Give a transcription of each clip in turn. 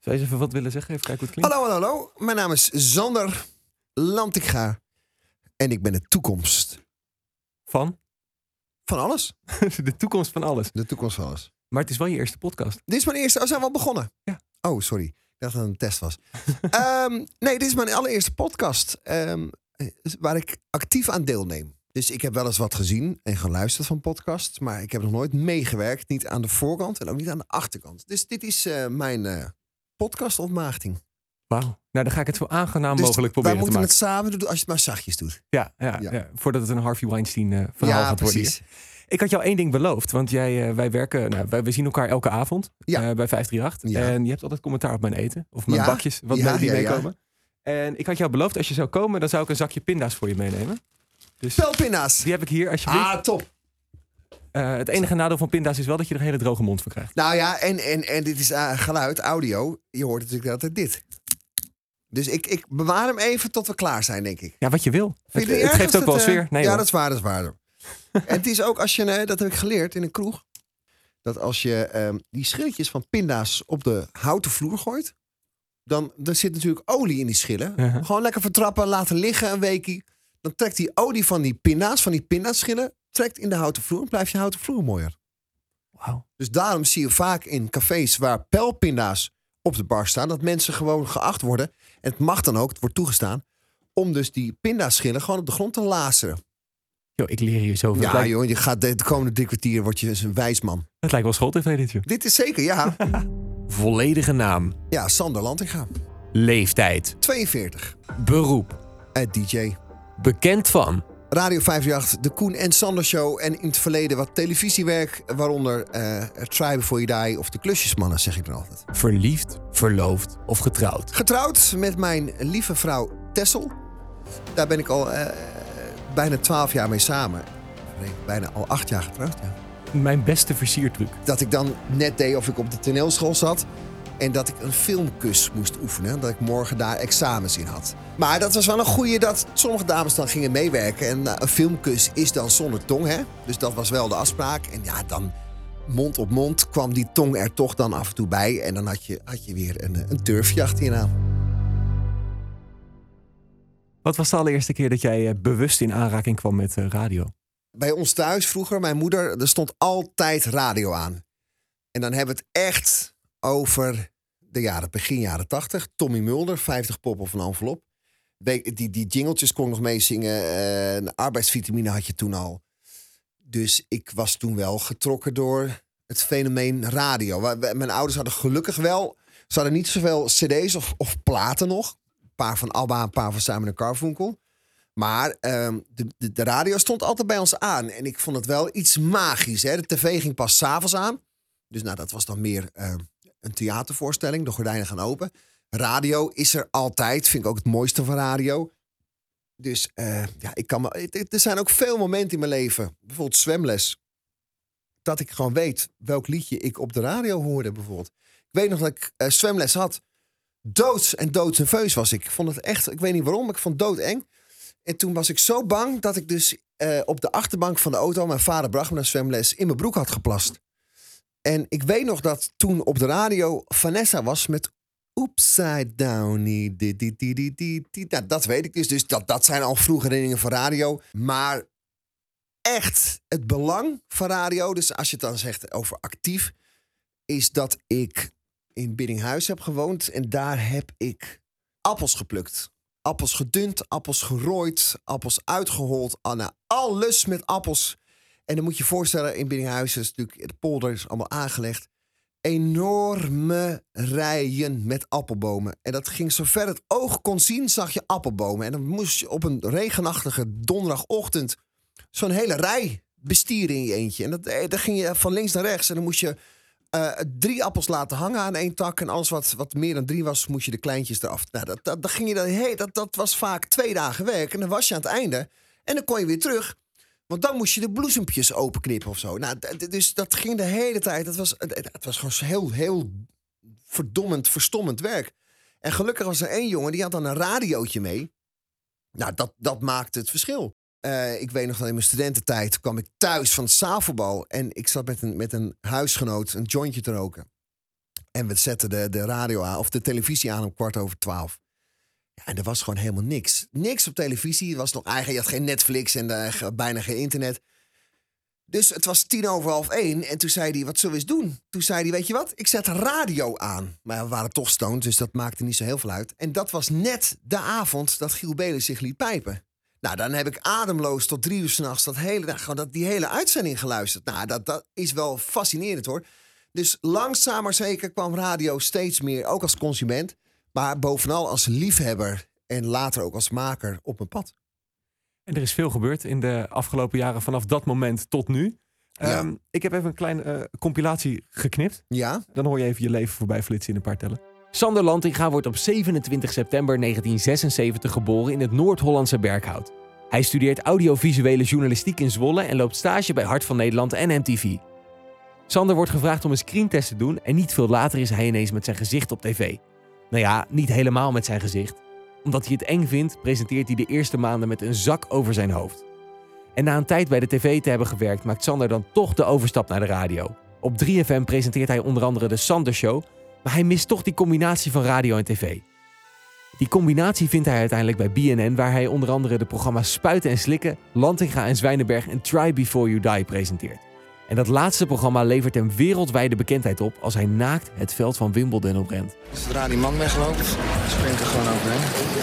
je eens even wat willen zeggen? Even kijken hoe het klinkt. Hallo. Mijn naam is Sander Lantinga. En ik ben de toekomst. Van? Van alles. De toekomst van alles. De toekomst van alles. Maar het is wel je eerste podcast. Dit is mijn eerste... Oh, zijn we al begonnen? Ja. Oh, sorry. Ik dacht dat het een test was. Nee, dit is mijn allereerste podcast. Waar ik actief aan deelneem. Dus ik heb wel eens wat gezien en geluisterd van podcasts. Maar ik heb nog nooit meegewerkt. Niet aan de voorkant en ook niet aan de achterkant. Dus dit is mijn podcastontmaagding. Wauw. Nou, dan ga ik het zo aangenaam Dus mogelijk proberen wij te moeten maken. het samen doen als je het maar zachtjes doet. Ja. Voordat het een Harvey Weinstein verhaal gaat worden. Precies. Hier. Ik had jou één ding beloofd. Want wij werken... we zien elkaar elke avond bij 538. Ja. En je hebt altijd commentaar op mijn eten. Of mijn bakjes, wat die meekomen. En ik had jou beloofd, als je zou komen... dan zou ik een zakje pinda's voor je meenemen. Dus Pelpinda's. die heb ik hier, alsjeblieft. Ah, top. Het enige nadeel van pinda's is wel dat je er een hele droge mond van krijgt. Nou ja, en dit is geluid, audio. Je hoort natuurlijk altijd dit. Dus ik bewaar hem even tot we klaar zijn, denk ik. Ja, wat je wil. Vind je Het niet erg geeft als ook wel het, sfeer. Nee, ja, hoor. dat is waar. En het is ook als je, dat heb ik geleerd in een kroeg. Dat als je die schilletjes van pinda's op de houten vloer gooit. Dan zit natuurlijk olie in die schillen. Uh-huh. Gewoon lekker vertrappen, laten liggen een weekie. Dan trekt die olie van die pindaschillen, trekt in de houten vloer. En blijft je houten vloer mooier. Wauw. Dus daarom zie je vaak in cafés waar pelpinda's op de bar staan, dat mensen gewoon geacht worden, en het mag dan ook, het wordt toegestaan, om dus die pindaschillen gewoon op de grond te laseren. Yo, ik leer hier zoveel. Ja joh, je gaat de komende 3 kwartier word je een wijs man. Het lijkt wel school-tv dit, joh. Dit is zeker, ja. Volledige naam, Ja, Sander Lantinga. leeftijd, 42. beroep, DJ. bekend van, Radio 538, de Koen en Sander Show. En in het verleden wat televisiewerk, waaronder Try Before You Die of de Klusjesmannen, zeg ik dan altijd. verliefd, verloofd of getrouwd. Getrouwd met mijn lieve vrouw Tessel. Daar ben ik al bijna 12 jaar mee samen. Nee, bijna al 8 jaar getrouwd, ja. Mijn beste versiertruc. Dat ik dan net deed of ik op de toneelschool zat. En dat ik een filmkus moest oefenen. Dat ik morgen daar examens in had. Maar dat was wel een goeie dat sommige dames dan gingen meewerken. En een filmkus is dan zonder tong, hè. Dus dat was wel de afspraak. En ja, dan mond op mond kwam die tong er toch dan af en toe bij. En dan had je weer een turfje achter je aan. Wat was de allereerste keer dat jij bewust in aanraking kwam met radio? Bij ons thuis vroeger, mijn moeder, er stond altijd radio aan. En dan hebben we het echt over de begin jaren 80. Tommy Mulder, 50 pop of een envelop. Die jingletjes kon ik nog meezingen. Arbeidsvitamine had je toen al. Dus ik was toen wel getrokken door het fenomeen radio. Mijn ouders hadden gelukkig wel... Ze hadden niet zoveel cd's of platen nog. Een paar van ABBA, een paar van Simon & Garfunkel. Maar de radio stond altijd bij ons aan. En ik vond het wel iets magisch. Hè? De tv ging pas 's avonds aan. Dus nou, dat was dan meer een theatervoorstelling. De gordijnen gaan open. Radio is er altijd. Vind ik ook het mooiste van radio. Dus er zijn ook veel momenten in mijn leven. Bijvoorbeeld zwemles. Dat ik gewoon weet welk liedje ik op de radio hoorde bijvoorbeeld. Ik weet nog dat ik zwemles had. Doodsnerveus was ik. Ik vond het echt, ik weet niet waarom, maar ik vond het doodeng. En toen was ik zo bang dat ik dus op de achterbank van de auto... mijn vader bracht me naar zwemles, in mijn broek had geplast. En ik weet nog dat toen op de radio Vanessa was met Upside Down. Nou, dat weet ik dus. Dus dat zijn al vroege herinneringen van radio. Maar echt het belang van radio, dus als je het dan zegt over actief... is dat ik in Biddinghuis heb gewoond en daar heb ik appels geplukt. Appels gedund, appels gerooid, appels uitgehold. Alles met appels. En dan moet je je voorstellen, in Biddinghuis is natuurlijk, de polder is allemaal aangelegd. Enorme rijen met appelbomen. En dat ging zover het oog kon zien, zag je appelbomen. En dan moest je op een regenachtige donderdagochtend zo'n hele rij bestieren in je eentje. En dan ging je van links naar rechts. En dan moest je 3 appels laten hangen aan 1 tak. En alles wat meer dan 3 was, moest je de kleintjes eraf. Nou, dat was vaak 2 dagen werk. En dan was je aan het einde. En dan kon je weer terug. Want dan moest je de bloesempjes openknippen of zo. Nou, dus dat ging de hele tijd. Het was gewoon heel, heel verstommend werk. En gelukkig was er 1 jongen, die had dan een radiootje mee. Nou, dat maakte het verschil. Ik weet nog dat in mijn studententijd kwam ik thuis van het zaalvoetbal. En ik zat met een huisgenoot een jointje te roken. En we zetten de radio aan, of de televisie aan om 12:15. Ja, en er was gewoon helemaal niks. Niks op televisie. Het was nog je had geen Netflix en bijna geen internet. Dus het was 1:50. En toen zei hij, wat zullen we eens doen? Toen zei hij, weet je wat? Ik zet radio aan. Maar we waren toch stoned, dus dat maakte niet zo heel veel uit. En dat was net de avond dat Giel Belen zich liet pijpen. Nou, dan heb ik ademloos tot 3 uur 's nachts die hele uitzending geluisterd. Nou, dat is wel fascinerend, hoor. Dus langzaam maar zeker kwam radio steeds meer, ook als consument, maar bovenal als liefhebber en later ook als maker op mijn pad. En er is veel gebeurd in de afgelopen jaren vanaf dat moment tot nu. Ik heb even een kleine compilatie geknipt. Ja? Dan hoor je even je leven voorbij flitsen in een paar tellen. Sander Lantinga wordt op 27 september 1976 geboren in het Noord-Hollandse Berkhout. Hij studeert audiovisuele journalistiek in Zwolle en loopt stage bij Hart van Nederland en MTV. Sander wordt gevraagd om een screentest te doen en niet veel later is hij ineens met zijn gezicht op tv. Nou ja, niet helemaal met zijn gezicht. Omdat hij het eng vindt, presenteert hij de eerste maanden met een zak over zijn hoofd. En na een tijd bij de tv te hebben gewerkt, maakt Sander dan toch de overstap naar de radio. Op 3FM presenteert hij onder andere de Sander Show, maar hij mist toch die combinatie van radio en tv. Die combinatie vindt hij uiteindelijk bij BNN, waar hij onder andere de programma's Spuiten en Slikken, Lantinga en Zwijnenberg en Try Before You Die presenteert. En dat laatste programma levert hem wereldwijde bekendheid op als hij naakt het veld van Wimbledon oprent. Zodra die man wegloopt, springt er gewoon overheen.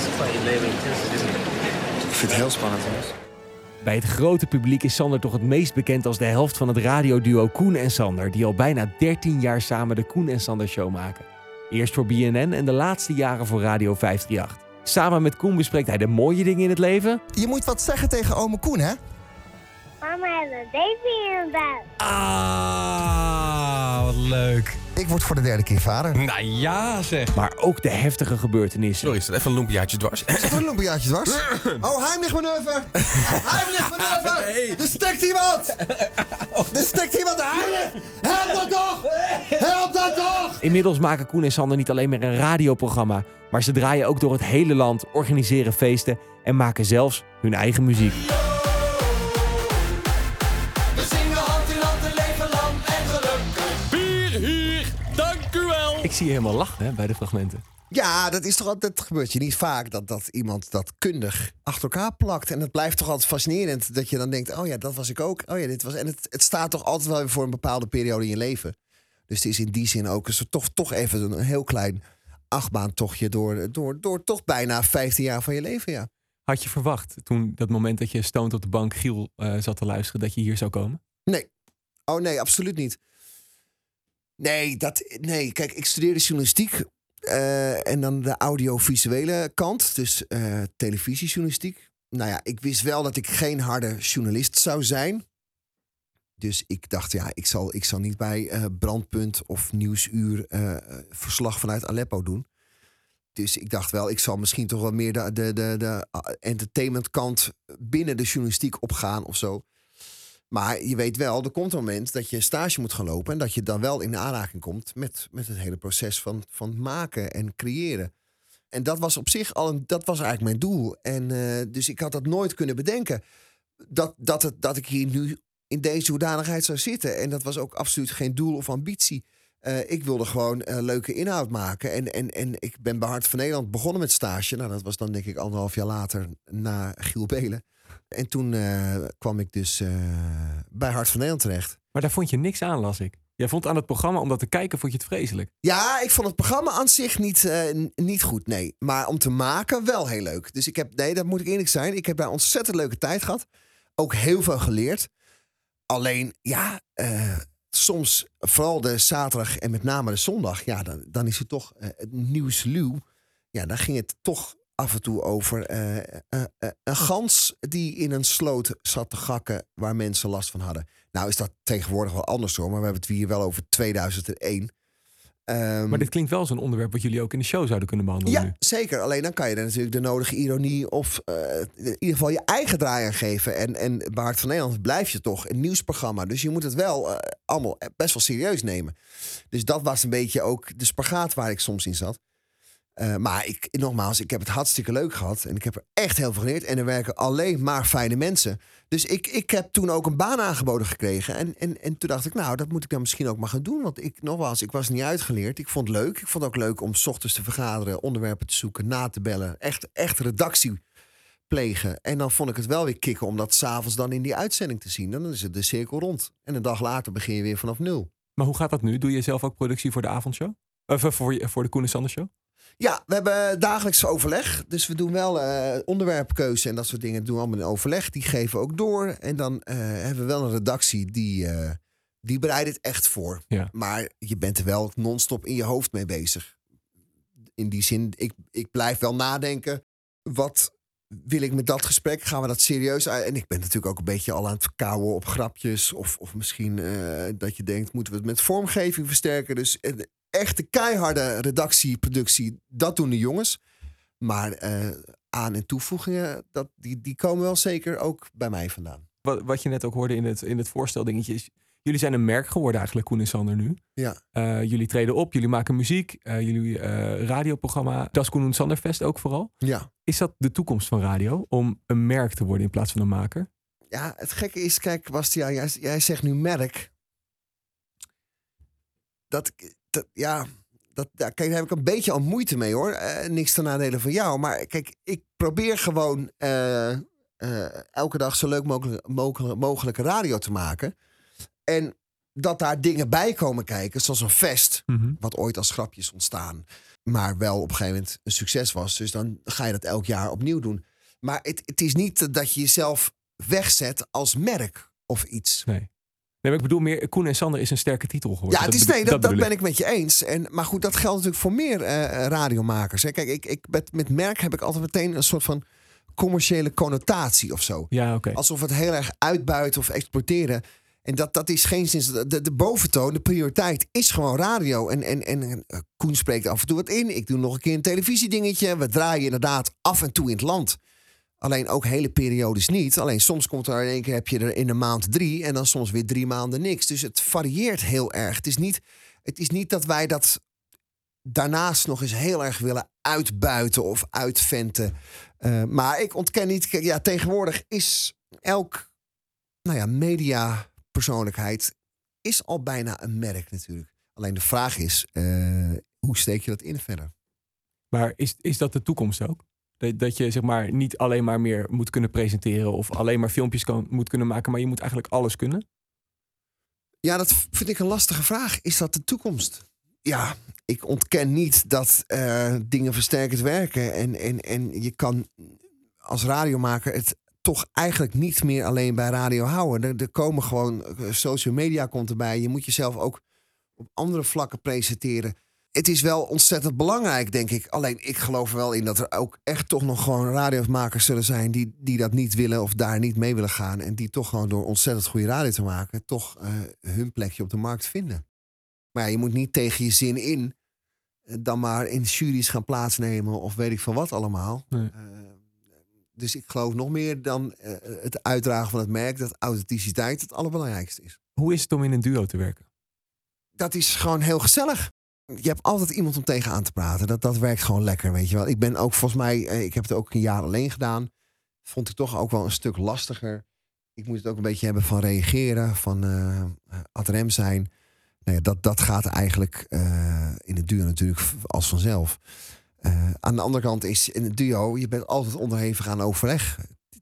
Ik vind het heel spannend, jongens. Bij het grote publiek is Sander toch het meest bekend als de helft van het radioduo Koen en Sander, die al bijna 13 jaar samen de Koen en Sander Show maken. Eerst voor BNN en de laatste jaren voor Radio 538. Samen met Koen bespreekt hij de mooie dingen in het leven. Je moet wat zeggen tegen ome Koen, hè? Mama heeft een baby in bed. Ah, wat leuk. Ik word voor de 3e keer vader. Nou ja, zeg. Maar ook de heftige gebeurtenissen. Sorry, is dat even een lumpiaatje dwars? Is dat een lumpiaatje dwars? Oh, Heimlich-manoeuvre! Heimlich-manoeuvre! Hey. Er stikt iemand! Er stikt iemand! Help dat toch! Help dat toch! Inmiddels maken Koen en Sander niet alleen meer een radioprogramma, maar ze draaien ook door het hele land, organiseren feesten en maken zelfs hun eigen muziek. Ik zie je helemaal lachen, hè, bij de fragmenten. Ja, dat gebeurt je niet vaak dat iemand dat kundig achter elkaar plakt. En dat blijft toch altijd fascinerend dat je dan denkt, oh ja, dat was ik ook. Oh ja, dit was. En het staat toch altijd wel weer voor een bepaalde periode in je leven. Dus het is in die zin ook toch even een heel klein achtbaantochtje door toch bijna 15 jaar van je leven, ja. Had je verwacht toen dat moment dat je stoned op de bank Giel zat te luisteren, dat je hier zou komen? Nee. Oh nee, absoluut niet. Nee, kijk, ik studeerde journalistiek en dan de audiovisuele kant, dus televisiejournalistiek. Nou ja, ik wist wel dat ik geen harde journalist zou zijn. Dus ik dacht, ja, ik zal niet bij Brandpunt of Nieuwsuur verslag vanuit Aleppo doen. Dus ik dacht wel, ik zal misschien toch wel meer de entertainmentkant binnen de journalistiek opgaan of zo. Maar je weet wel, er komt een moment dat je stage moet gaan lopen en dat je dan wel in aanraking komt met het hele proces van maken en creëren. En dat was op zich dat was eigenlijk mijn doel. En dus ik had dat nooit kunnen bedenken. Dat ik hier nu in deze hoedanigheid zou zitten. En dat was ook absoluut geen doel of ambitie. Ik wilde gewoon leuke inhoud maken. En ik ben bij Hart van Nederland begonnen met stage. Nou, dat was dan denk ik 1,5 jaar later na Giel Belen. En toen kwam ik dus bij Hart van Nederland terecht. Maar daar vond je niks aan, las ik. Jij vond aan het programma, om dat te kijken, vond je het vreselijk. Ja, ik vond het programma aan zich niet goed, nee. Maar om te maken wel heel leuk. Dus dat moet ik eerlijk zijn. Ik heb daar ontzettend leuke tijd gehad. Ook heel veel geleerd. Alleen, ja, soms, vooral de zaterdag en met name de zondag, ja, dan is het toch nieuwsluw. Ja, dan ging het toch af en toe over een gans die in een sloot zat te gakken waar mensen last van hadden. Nou is dat tegenwoordig wel anders hoor, maar we hebben het hier wel over 2001. Maar dit klinkt wel als een onderwerp wat jullie ook in de show zouden kunnen behandelen. Ja, nu. zeker. Alleen dan kan je er natuurlijk de nodige ironie of in ieder geval je eigen draai aan geven. En bij Hart van Nederland blijf je toch een nieuwsprogramma. Dus je moet het wel allemaal best wel serieus nemen. Dus dat was een beetje ook de spagaat waar ik soms in zat. Maar ik heb het hartstikke leuk gehad. En ik heb er echt heel veel geleerd. En er werken alleen maar fijne mensen. Dus ik heb toen ook een baan aangeboden gekregen. En toen dacht ik, nou, dat moet ik dan misschien ook maar gaan doen. Want ik was niet uitgeleerd. Ik vond het leuk. Ik vond het ook leuk om 's ochtends te vergaderen, onderwerpen te zoeken, na te bellen. Echt redactie plegen. En dan vond ik het wel weer kicken om dat 's avonds dan in die uitzending te zien. Dan is het de cirkel rond. En een dag later begin je weer vanaf 0. Maar hoe gaat dat nu? Doe je zelf ook productie voor de avondshow? Of voor de Koen en Sander Show? Ja, we hebben dagelijks overleg. Dus we doen wel onderwerpkeuze en dat soort dingen. Dat doen we allemaal in overleg. Die geven we ook door. En dan hebben we wel een redactie die bereidt het echt voor. Ja. Maar je bent er wel non-stop in je hoofd mee bezig. In die zin, ik blijf wel nadenken. Wat wil ik met dat gesprek? Gaan we dat serieus uit? En ik ben natuurlijk ook een beetje al aan het kauwen op grapjes. Of misschien dat je denkt, moeten we het met vormgeving versterken? Dus echte keiharde redactie, productie, dat doen de jongens. Maar aan- en toevoegingen, die komen wel zeker ook bij mij vandaan. Wat je net ook hoorde in het voorsteldingetje is, jullie zijn een merk geworden eigenlijk, Koen en Sander nu. Ja. Jullie treden op, jullie maken muziek, jullie radioprogramma, Das Koen en Sander Fest ook vooral. Ja. Is dat de toekomst van radio, om een merk te worden in plaats van een maker? Ja, het gekke is, kijk Bastiaan, jij zegt nu merk. Kijk, daar heb ik een beetje al moeite mee hoor. Niks ten nadele van jou. Maar kijk, ik probeer gewoon elke dag zo leuk mogelijke radio te maken. En dat daar dingen bij komen kijken, zoals een fest, wat ooit als grapjes ontstaan, maar wel op een gegeven moment een succes was. Dus dan ga je dat elk jaar opnieuw doen. Maar het is niet dat je jezelf wegzet als merk of iets. Nee, maar ik bedoel meer, Koen en Sander is een sterke titel geworden. Ja, dat ben ik met je eens. Maar goed, dat geldt natuurlijk voor meer radiomakers. Hè. Kijk, met merk heb ik altijd meteen een soort van commerciële connotatie of zo. Ja, oké. Alsof we het heel erg uitbuiten of exploiteren. En dat is geen zin. De boventoon, de prioriteit is gewoon radio. En Koen spreekt af en toe wat in. Ik doe nog een keer een televisiedingetje. We draaien inderdaad af en toe in het land. Alleen ook hele periodes niet. Alleen soms komt er in één keer, heb je er in een maand 3... en dan soms weer 3 maanden niks. Dus het varieert heel erg. Het is niet dat wij dat daarnaast nog eens heel erg willen uitbuiten of uitventen. Maar ik ontken niet, ja, tegenwoordig is elk mediapersoonlijkheid is al bijna een merk natuurlijk. Alleen de vraag is, hoe steek je dat in verder? Maar is dat de toekomst ook? Dat je zeg maar niet alleen maar meer moet kunnen presenteren of alleen maar filmpjes moet kunnen maken, maar je moet eigenlijk alles kunnen? Ja, dat vind ik een lastige vraag. Is dat de toekomst? Ja, ik ontken niet dat dingen versterkend werken. En je kan als radiomaker het toch eigenlijk niet meer alleen bij radio houden. Er komen gewoon, social media komt erbij. Je moet jezelf ook op andere vlakken presenteren. Het is wel ontzettend belangrijk, denk ik. Alleen ik geloof er wel in dat er ook echt toch nog gewoon radiomakers zullen zijn die dat niet willen of daar niet mee willen gaan. En die toch gewoon door ontzettend goede radio te maken toch hun plekje op de markt vinden. Maar ja, je moet niet tegen je zin in dan maar in juries gaan plaatsnemen of weet ik van wat allemaal. Nee. Dus ik geloof nog meer dan het uitdragen van het merk dat authenticiteit het allerbelangrijkste is. Hoe is het om in een duo te werken? Dat is gewoon heel gezellig. Je hebt altijd iemand om tegenaan te praten. Dat werkt gewoon lekker, weet je wel. Ik ben ook volgens mij, ik heb het ook een jaar alleen gedaan. Vond ik toch ook wel een stuk lastiger. Ik moet het ook een beetje hebben van reageren, van ad rem zijn. Nou ja, dat gaat eigenlijk in het duo natuurlijk als vanzelf. Aan de andere kant is in het duo, je bent altijd onderhevig aan overleg.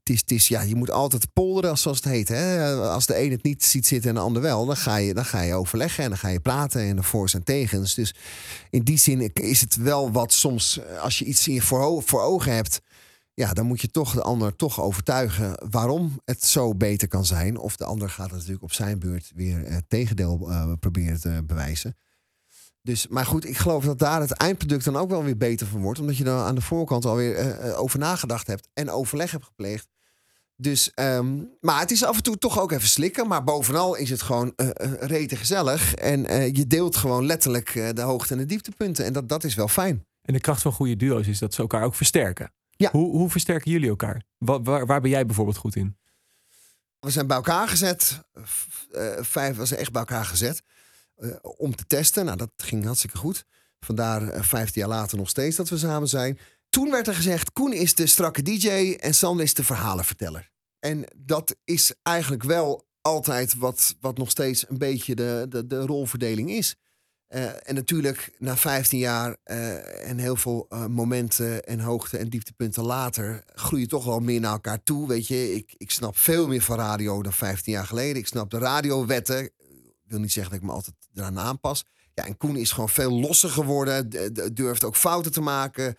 Je moet altijd polderen, zoals het heet. Hè? Als de een het niet ziet zitten en de ander wel, dan ga je overleggen en dan ga je praten en de voor's en tegens. Dus in die zin is het wel wat soms, als je iets in je voor ogen hebt, ja, dan moet je toch de ander toch overtuigen waarom het zo beter kan zijn. Of de ander gaat het natuurlijk op zijn beurt weer het tegendeel proberen te bewijzen. Dus, maar goed, ik geloof dat daar het eindproduct dan ook wel weer beter van wordt. Omdat je dan aan de voorkant alweer over nagedacht hebt en overleg hebt gepleegd. Dus, maar het is af en toe toch ook even slikken. Maar bovenal is het gewoon rete gezellig. En je deelt gewoon letterlijk de hoogte- en de dieptepunten. En dat is wel fijn. En de kracht van goede duo's is dat ze elkaar ook versterken. Ja. Hoe versterken jullie elkaar? Waar ben jij bijvoorbeeld goed in? We zijn bij elkaar gezet. 5 was echt bij elkaar gezet. Om te testen. Nou, dat ging hartstikke goed. Vandaar 15 jaar later nog steeds dat we samen zijn. Toen werd er gezegd, Koen is de strakke DJ en Sander is de verhalenverteller. En dat is eigenlijk wel altijd wat nog steeds een beetje de rolverdeling is. En natuurlijk na 15 jaar en heel veel momenten en hoogte- en dieptepunten later groei je toch wel meer naar elkaar toe. Weet je, ik snap veel meer van radio dan 15 jaar geleden. Ik snap de radiowetten. Ik wil niet zeggen dat ik me altijd eraan aanpas. Ja, en Koen is gewoon veel losser geworden. Durft ook fouten te maken.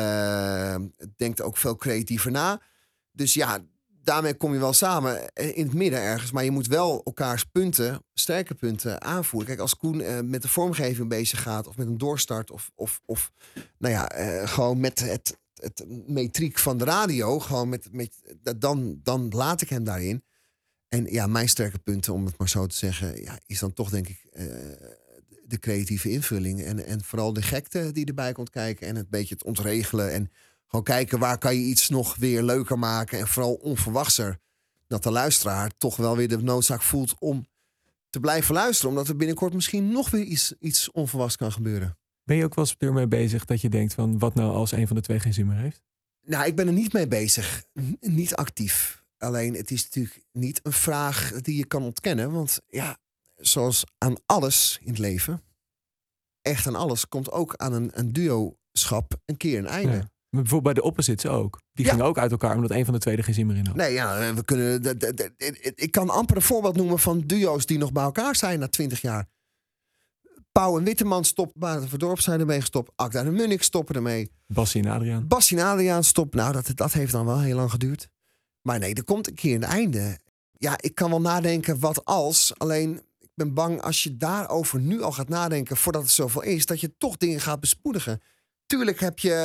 Denkt ook veel creatiever na. Dus ja, daarmee kom je wel samen in het midden ergens. Maar je moet wel elkaars punten, sterke punten aanvoeren. Kijk, als Koen met de vormgeving bezig gaat... of met een doorstart of nou ja, gewoon met het metriek van de radio... gewoon dan laat ik hem daarin. En ja, mijn sterke punten, om het maar zo te zeggen... Ja, is dan toch denk ik de creatieve invulling. En vooral de gekte die erbij komt kijken. En een beetje het ontregelen en... Gewoon kijken waar kan je iets nog weer leuker maken. En vooral onverwachter. Dat de luisteraar toch wel weer de noodzaak voelt om te blijven luisteren. Omdat er binnenkort misschien nog weer iets onverwachts kan gebeuren. Ben je ook wel eens ermee bezig dat je denkt van... wat nou als een van de twee geen zin meer heeft? Nou, ik ben er niet mee bezig. Niet actief. Alleen het is natuurlijk niet een vraag die je kan ontkennen. Want ja, zoals aan alles in het leven... echt aan alles komt ook aan een duo-schap een keer een einde. Ja. Maar bijvoorbeeld bij de Opposites ook. Die gingen ook uit elkaar omdat een van de twee er geen zin meer in had. Nee, ja, we kunnen. Ik kan amper een voorbeeld noemen van duo's die nog bij elkaar zijn na 20 jaar. Pauw en Witteman stoppen, Barend van Dorp zijn ermee gestopt. Akda en Munnik stoppen ermee. Bassie en Adriaan. Bassie en Adriaan stopt. Nou, dat heeft dan wel heel lang geduurd. Maar nee, er komt een keer een einde. Ja, ik kan wel nadenken wat als. Alleen, ik ben bang als je daarover nu al gaat nadenken voordat het zoveel is, dat je toch dingen gaat bespoedigen. Tuurlijk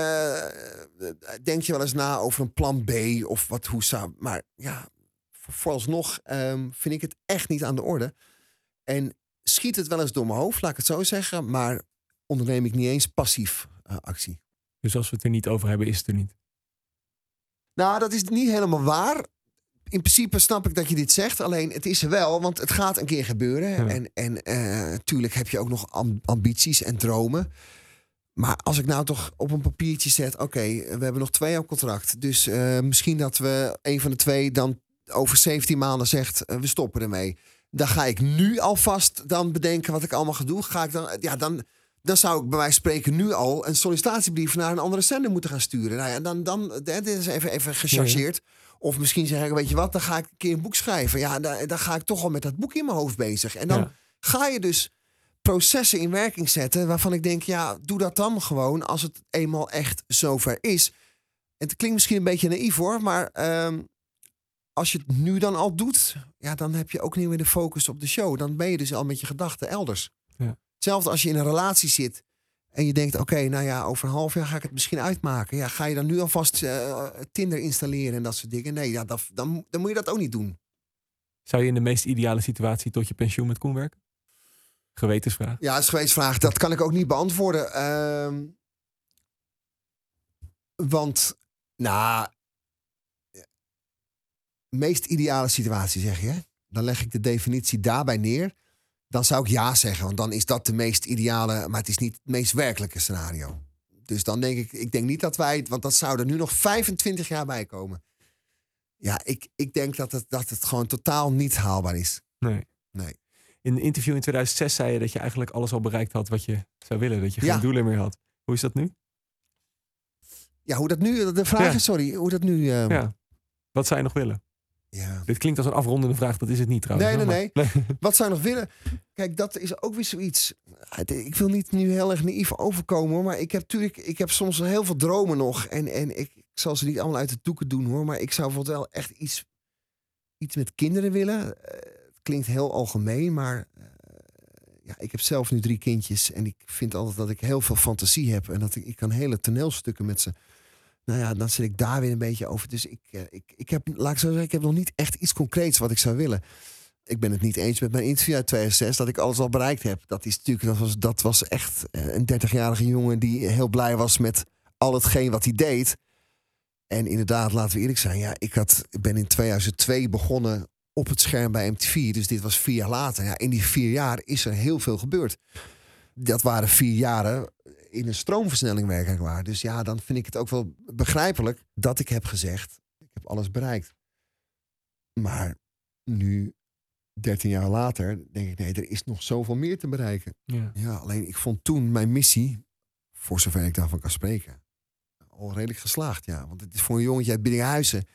denk je wel eens na over een plan B of hoe zou. Maar ja, vooralsnog vind ik het echt niet aan de orde. En schiet het wel eens door mijn hoofd, laat ik het zo zeggen. Maar onderneem ik niet eens passief actie. Dus als we het er niet over hebben, is het er niet? Nou, dat is niet helemaal waar. In principe snap ik dat je dit zegt. Alleen het is er wel, want het gaat een keer gebeuren. Ja. En tuurlijk heb je ook nog ambities en dromen. Maar als ik nou toch op een papiertje zet... Oké, we hebben nog 2 jaar op contract. Dus misschien dat we een van de 2 dan over 17 maanden zegt... we stoppen ermee. Dan ga ik nu alvast dan bedenken wat ik allemaal ga doen. Dan zou ik bij wijze van spreken nu al... een sollicitatiebrief naar een andere zender moeten gaan sturen. Nou ja, dan dit is even gechargeerd. Ja. Of misschien zeg ik, weet je wat, dan ga ik een keer een boek schrijven. Ja, dan ga ik toch al met dat boek in mijn hoofd bezig. En dan ga je dus... processen in werking zetten waarvan ik denk, ja, doe dat dan gewoon als het eenmaal echt zover is. En het klinkt misschien een beetje naïef hoor, maar als je het nu dan al doet, ja, dan heb je ook niet meer de focus op de show. Dan ben je dus al met je gedachten elders. Ja. Hetzelfde als je in een relatie zit en je denkt, oké, nou ja, over een half jaar ga ik het misschien uitmaken. Ja, ga je dan nu alvast Tinder installeren en dat soort dingen? Nee, ja, dan moet je dat ook niet doen. Zou je in de meest ideale situatie tot je pensioen met Koen werken? Gewetensvraag. Ja, dat is een gewetensvraag. Dat kan ik ook niet beantwoorden. Want, nou... meest ideale situatie zeg je. Hè? Dan leg ik de definitie daarbij neer. Dan zou ik ja zeggen. Want dan is dat de meest ideale... maar het is niet het meest werkelijke scenario. Dus dan denk ik denk niet dat wij... want dat zou er nu nog 25 jaar bij komen. Ja, ik denk dat het gewoon totaal niet haalbaar is. Nee. In een interview in 2006 zei je dat je eigenlijk alles al bereikt had wat je zou willen. Dat je geen doelen meer had. Hoe is dat nu? Ja, hoe dat nu... De vraag is, sorry, hoe dat nu... Ja. Wat zou je nog willen? Ja. Dit klinkt als een afrondende vraag, dat is het niet trouwens. Nee. Wat zou je nog willen? Kijk, dat is ook weer zoiets... Ik wil niet nu heel erg naïef overkomen, hoor. Maar ik heb soms heel veel dromen nog. En ik zal ze niet allemaal uit de doeken doen, hoor. Maar ik zou bijvoorbeeld wel echt iets met kinderen willen. Klinkt heel algemeen, maar ik heb zelf nu 3 kindjes. En ik vind altijd dat ik heel veel fantasie heb. En dat ik kan hele toneelstukken met ze. Nou ja, dan zit ik daar weer een beetje over. Dus ik heb, laat ik zo zeggen, ik heb nog niet echt iets concreets wat ik zou willen. Ik ben het niet eens met mijn interview uit 2006 dat ik alles al bereikt heb. Dat was echt een 30-jarige jongen die heel blij was met al hetgeen wat hij deed. En inderdaad, laten we eerlijk zijn. Ja, ik ben in 2002 begonnen op het scherm bij MTV. Dus dit was 4 jaar later. Ja, in die 4 jaar is er heel veel gebeurd. Dat waren 4 jaren in een stroomversnelling werkelijk waar. Dus ja, dan vind ik het ook wel begrijpelijk dat ik heb gezegd, ik heb alles bereikt. Maar nu, 13 jaar later, denk ik, nee, er is nog zoveel meer te bereiken. Ja, alleen ik vond toen mijn missie, voor zover ik daarvan kan spreken, al redelijk geslaagd. Ja, want het is voor een jongetje uit Biddinghuizen,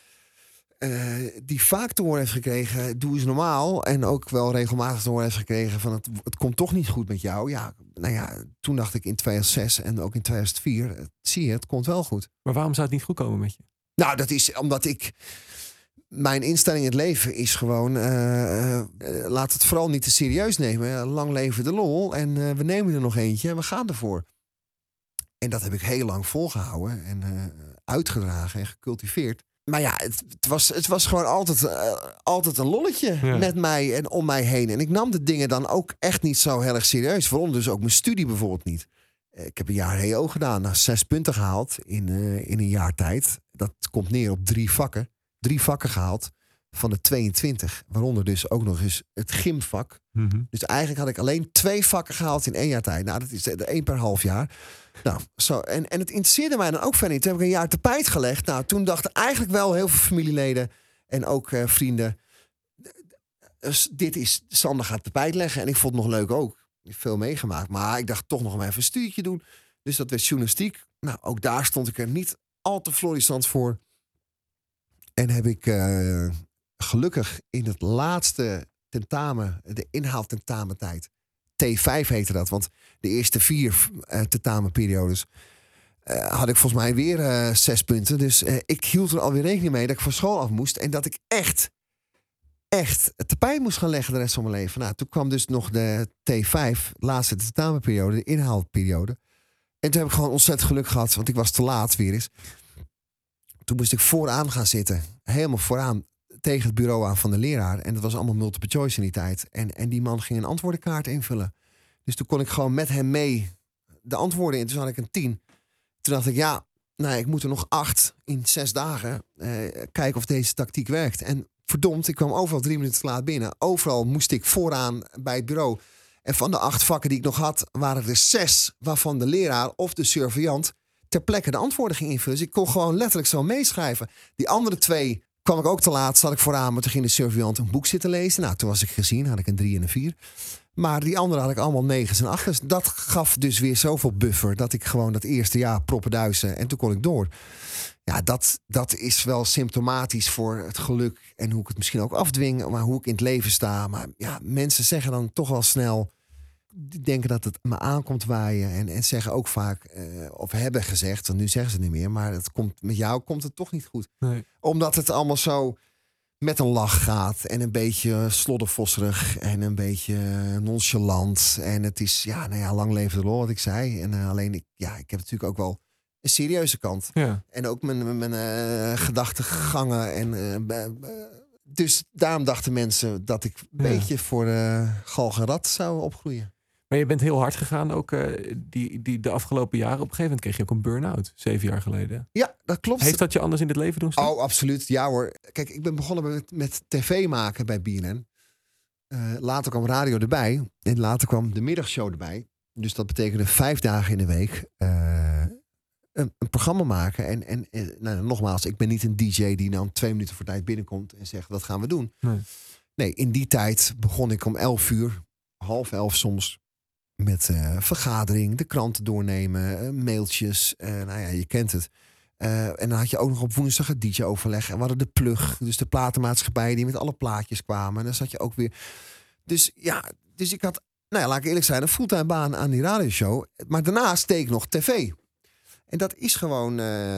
die vaak te horen heeft gekregen, doe eens normaal. En ook wel regelmatig te horen heeft gekregen van het komt toch niet goed met jou. Ja, nou ja, toen dacht ik in 2006 en ook in 2004, zie je, het komt wel goed. Maar waarom zou het niet goed komen met je? Nou, dat is omdat mijn instelling in het leven is gewoon, laat het vooral niet te serieus nemen. Lang leven de lol en we nemen er nog eentje en we gaan ervoor. En dat heb ik heel lang volgehouden en uitgedragen en gecultiveerd. Maar ja, het was gewoon altijd een lolletje met mij en om mij heen. En ik nam de dingen dan ook echt niet zo heel erg serieus. Waarom dus ook mijn studie bijvoorbeeld niet. Ik heb een jaar HO gedaan. Nou, 6 punten gehaald in een jaar tijd. Dat komt neer op 3 vakken. 3 vakken gehaald van de 22. Waaronder dus ook nog eens het gymvak. Mm-hmm. Dus eigenlijk had ik alleen 2 vakken gehaald in 1 jaar tijd. Nou, dat is 1 per half jaar. Nou, zo. En het interesseerde mij dan ook verder niet. Toen heb ik een jaar tapijt gelegd. Nou, toen dachten eigenlijk wel heel veel familieleden en ook vrienden, Sander gaat tapijt leggen. En ik vond het nog leuk ook. Ik heb veel meegemaakt. Maar ik dacht toch nog maar even een stuurtje doen. Dus dat werd journalistiek. Nou, ook daar stond ik er niet al te florissant voor. En heb ik gelukkig in het laatste tentamen, de inhaaltentamentijd, T5 heette dat, want de eerste 4 tentamenperiodes had ik volgens mij weer 6 punten. Dus ik hield er alweer rekening mee dat ik van school af moest en dat ik echt het tapijt moest gaan leggen de rest van mijn leven. Nou, toen kwam dus nog de T5, laatste tentamenperiode, de inhaalperiode. En toen heb ik gewoon ontzettend geluk gehad, want ik was te laat weer eens. Toen moest ik vooraan gaan zitten, helemaal vooraan tegen het bureau aan van de leraar. En dat was allemaal multiple choice in die tijd. En die man ging een antwoordenkaart invullen. Dus toen kon ik gewoon met hem mee de antwoorden in. Toen had ik een 10. Toen dacht ik, ja, nou, ik moet er nog 8 in 6 dagen kijken of deze tactiek werkt. En verdomd, ik kwam overal 3 minuten te laat binnen. Overal moest ik vooraan bij het bureau. En van de 8 vakken die ik nog had, waren er 6 waarvan de leraar of de surveillant ter plekke de antwoorden ging invullen. Dus ik kon gewoon letterlijk zo meeschrijven. Die andere 2 kwam ik ook te laat, zat ik vooraan, maar toen ging de surveillant een boek zitten lezen. Nou, toen was ik gezien, had ik een 3 en een 4. Maar die andere had ik allemaal 9's en 8's. Dat gaf dus weer zoveel buffer dat ik gewoon dat eerste jaar proppenduizen en toen kon ik door. Ja, dat is wel symptomatisch voor het geluk en hoe ik het misschien ook afdwing, maar hoe ik in het leven sta. Maar ja, mensen zeggen dan toch wel snel, die denken dat het me aankomt waaien en zeggen ook vaak, of hebben gezegd, want nu zeggen ze het niet meer, maar met jou komt het toch niet goed. Nee. Omdat het allemaal zo met een lach gaat en een beetje sloddervosserig en een beetje nonchalant. En het is, lang leven de lol, wat ik zei. En alleen, ik heb natuurlijk ook wel een serieuze kant. Ja. En ook mijn gedachtegangen. En dus daarom dachten mensen dat ik een beetje voor galg en rat zou opgroeien. Maar je bent heel hard gegaan ook de afgelopen jaren. Op een gegeven moment kreeg je ook een burn-out, 7 jaar geleden. Ja, dat klopt. Heeft dat je anders in het leven doen staan? Oh, absoluut. Ja hoor. Kijk, ik ben begonnen met tv maken bij BNN. Later kwam radio erbij. En later kwam de middagshow erbij. Dus dat betekende 5 dagen in de week een programma maken. En nogmaals, ik ben niet een DJ die dan 2 minuten voor tijd binnenkomt en zegt, wat gaan we doen? Nee, in die tijd begon ik om 11 uur, 10:30 soms, met vergadering, de kranten doornemen, mailtjes. Je kent het. En dan had je ook nog op woensdag het DJ-overleg. En we hadden de plug, dus de platenmaatschappijen die met alle plaatjes kwamen. En dan zat je ook weer. Dus ik had, laat ik eerlijk zijn, een fulltime baan aan die radioshow. Maar daarnaast deed ik nog tv. En dat is gewoon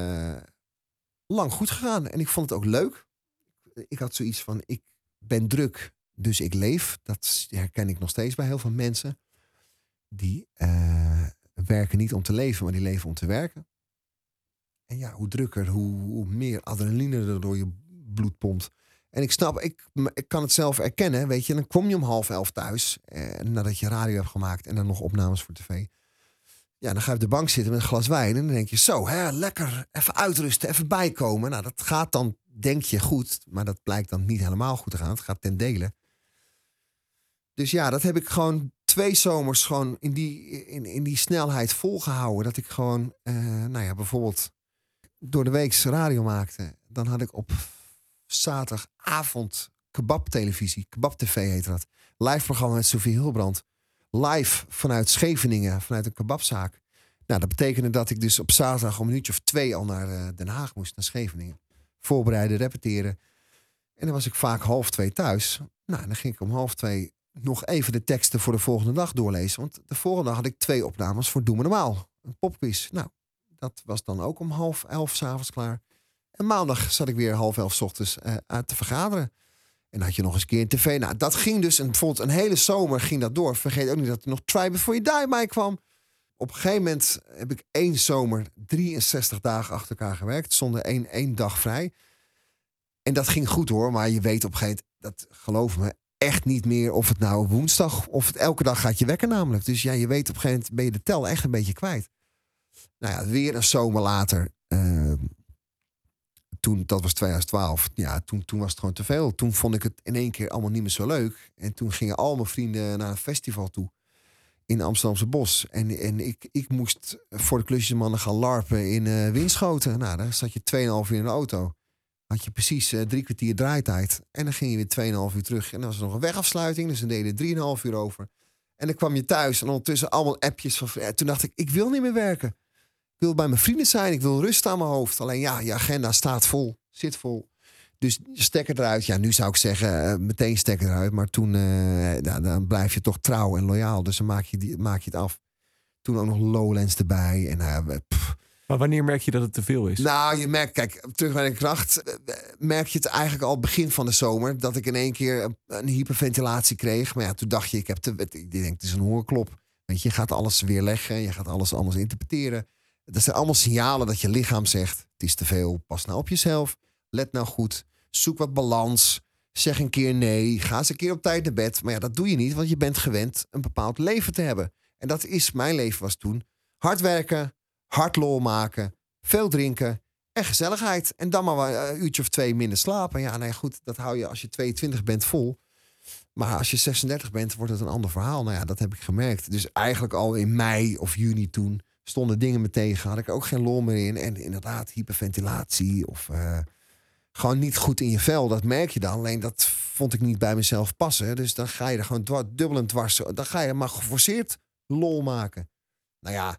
lang goed gegaan. En ik vond het ook leuk. Ik had zoiets van, ik ben druk, dus ik leef. Dat herken ik nog steeds bij heel veel mensen. Die werken niet om te leven, maar die leven om te werken. En ja, hoe drukker, hoe meer adrenaline er door je bloed pompt. En ik snap, ik kan het zelf erkennen. Weet je, dan kom je om 10:30 thuis. Nadat je radio hebt gemaakt en dan nog opnames voor tv. Ja, dan ga je op de bank zitten met een glas wijn. En dan denk je, zo, lekker, even uitrusten, even bijkomen. Nou, dat gaat dan, denk je, goed. Maar dat blijkt dan niet helemaal goed te gaan. Het gaat ten dele. Dus ja, dat heb ik gewoon 2 zomers gewoon in die snelheid volgehouden. Dat ik gewoon, bijvoorbeeld door de week radio maakte. Dan had ik op zaterdagavond kebabtelevisie. Kebab TV heette dat. Live programma met Sophie Hilbrand. Live vanuit Scheveningen, vanuit een kebabzaak. Nou, dat betekende dat ik dus op zaterdag om een uurtje of 2 al naar Den Haag moest, naar Scheveningen. Voorbereiden, repeteren. En dan was ik vaak 1:30 thuis. Nou, dan ging ik om '30 nog even de teksten voor de volgende dag doorlezen. Want de volgende dag had ik 2 opnames voor Doe Me Normaal. Een popquiz. Nou, dat was dan ook om 10:30 s'avonds klaar. En maandag zat ik weer 10:30 's ochtends te vergaderen. En dan had je nog eens een keer een tv. Nou, dat ging dus, en bijvoorbeeld een hele zomer ging dat door. Vergeet ook niet dat er nog Try Before You Die bij kwam. Op een gegeven moment heb ik 1 zomer 63 dagen achter elkaar gewerkt. Zonder één dag vrij. En dat ging goed hoor. Maar je weet op een gegeven moment, dat geloof me, echt niet meer of het nou woensdag of het elke dag gaat je wekken namelijk. Dus ja, je weet op een gegeven moment ben je de tel echt een beetje kwijt. Nou ja, weer een zomer later. Toen, dat was 2012. Ja, toen was het gewoon te veel. Toen vond ik het in één keer allemaal niet meer zo leuk. En toen gingen al mijn vrienden naar een festival toe. In Amsterdamse Bos. En ik moest voor de klusjesmannen gaan larpen in Winschoten. Nou, daar zat je 2,5 uur in de auto. Had je precies 3 kwartier draaitijd. En dan ging je weer 2,5 uur terug. En dan was er nog een wegafsluiting. Dus dan deden 3,5 uur over. En dan kwam je thuis. En ondertussen allemaal appjes van... Toen dacht ik wil niet meer werken. Ik wil bij mijn vrienden zijn. Ik wil rust aan mijn hoofd. Alleen ja, je agenda staat vol. Zit vol. Dus stekker eruit. Ja, nu zou ik zeggen meteen stekker eruit. Maar toen dan blijf je toch trouw en loyaal. Dus dan maak je het af. Toen ook nog Lowlands erbij. En Maar wanneer merk je dat het te veel is? Nou, je merkt, kijk, terug bij de kracht, merk je het eigenlijk al begin van de zomer. Dat ik in één keer een hyperventilatie kreeg. Maar ja, toen dacht je, ik denk, het is een hongerklop. Weet je, je gaat alles weerleggen. Je gaat alles anders interpreteren. Dat zijn allemaal signalen dat je lichaam zegt, het is te veel. Pas nou op jezelf. Let nou goed. Zoek wat balans. Zeg een keer nee. Ga eens een keer op tijd naar bed. Maar ja, dat doe je niet, want je bent gewend een bepaald leven te hebben. En dat is, mijn leven was toen, hard werken, hard lol maken, veel drinken en gezelligheid. En dan maar een uurtje of 2 minder slapen. Ja, nee, goed, dat hou je als je 22 bent vol. Maar als je 36 bent, wordt het een ander verhaal. Nou ja, dat heb ik gemerkt. Dus eigenlijk al in mei of juni toen stonden dingen me tegen. Had ik ook geen lol meer in. En inderdaad, hyperventilatie of gewoon niet goed in je vel. Dat merk je dan. Alleen dat vond ik niet bij mezelf passen. Dus dan ga je er gewoon dubbel en dwars. Dan ga je maar geforceerd lol maken. Nou ja,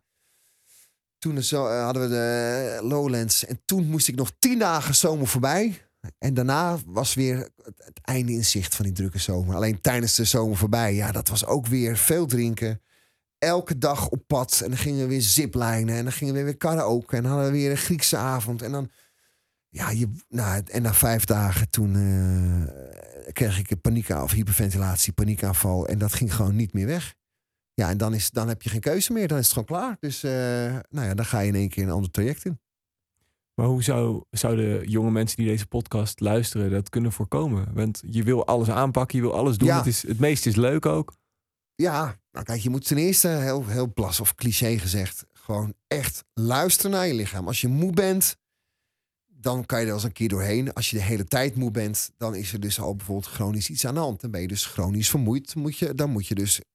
toen hadden we de Lowlands. En toen moest ik nog 10 dagen zomer voorbij. En daarna was weer het einde in zicht van die drukke zomer. Alleen tijdens de zomer voorbij, ja, dat was ook weer veel drinken. Elke dag op pad. En dan gingen we weer ziplijnen. En dan gingen we weer karaoke. En dan hadden we weer een Griekse avond. En dan, ja, en na 5 dagen toen kreeg ik een hyperventilatie, paniekaanval. En dat ging gewoon niet meer weg. Ja, en dan heb je geen keuze meer. Dan is het gewoon klaar. Dus dan ga je in één keer een ander traject in. Maar hoe zouden jonge mensen die deze podcast luisteren dat kunnen voorkomen? Want je wil alles aanpakken, je wil alles doen. Ja. Het meeste is leuk ook. Ja, nou kijk, je moet ten eerste heel plas of cliché gezegd gewoon echt luisteren naar je lichaam. Als je moe bent, dan kan je er wel eens een keer doorheen. Als je de hele tijd moe bent, dan is er dus al bijvoorbeeld chronisch iets aan de hand. Dan ben je dus chronisch vermoeid. Dan moet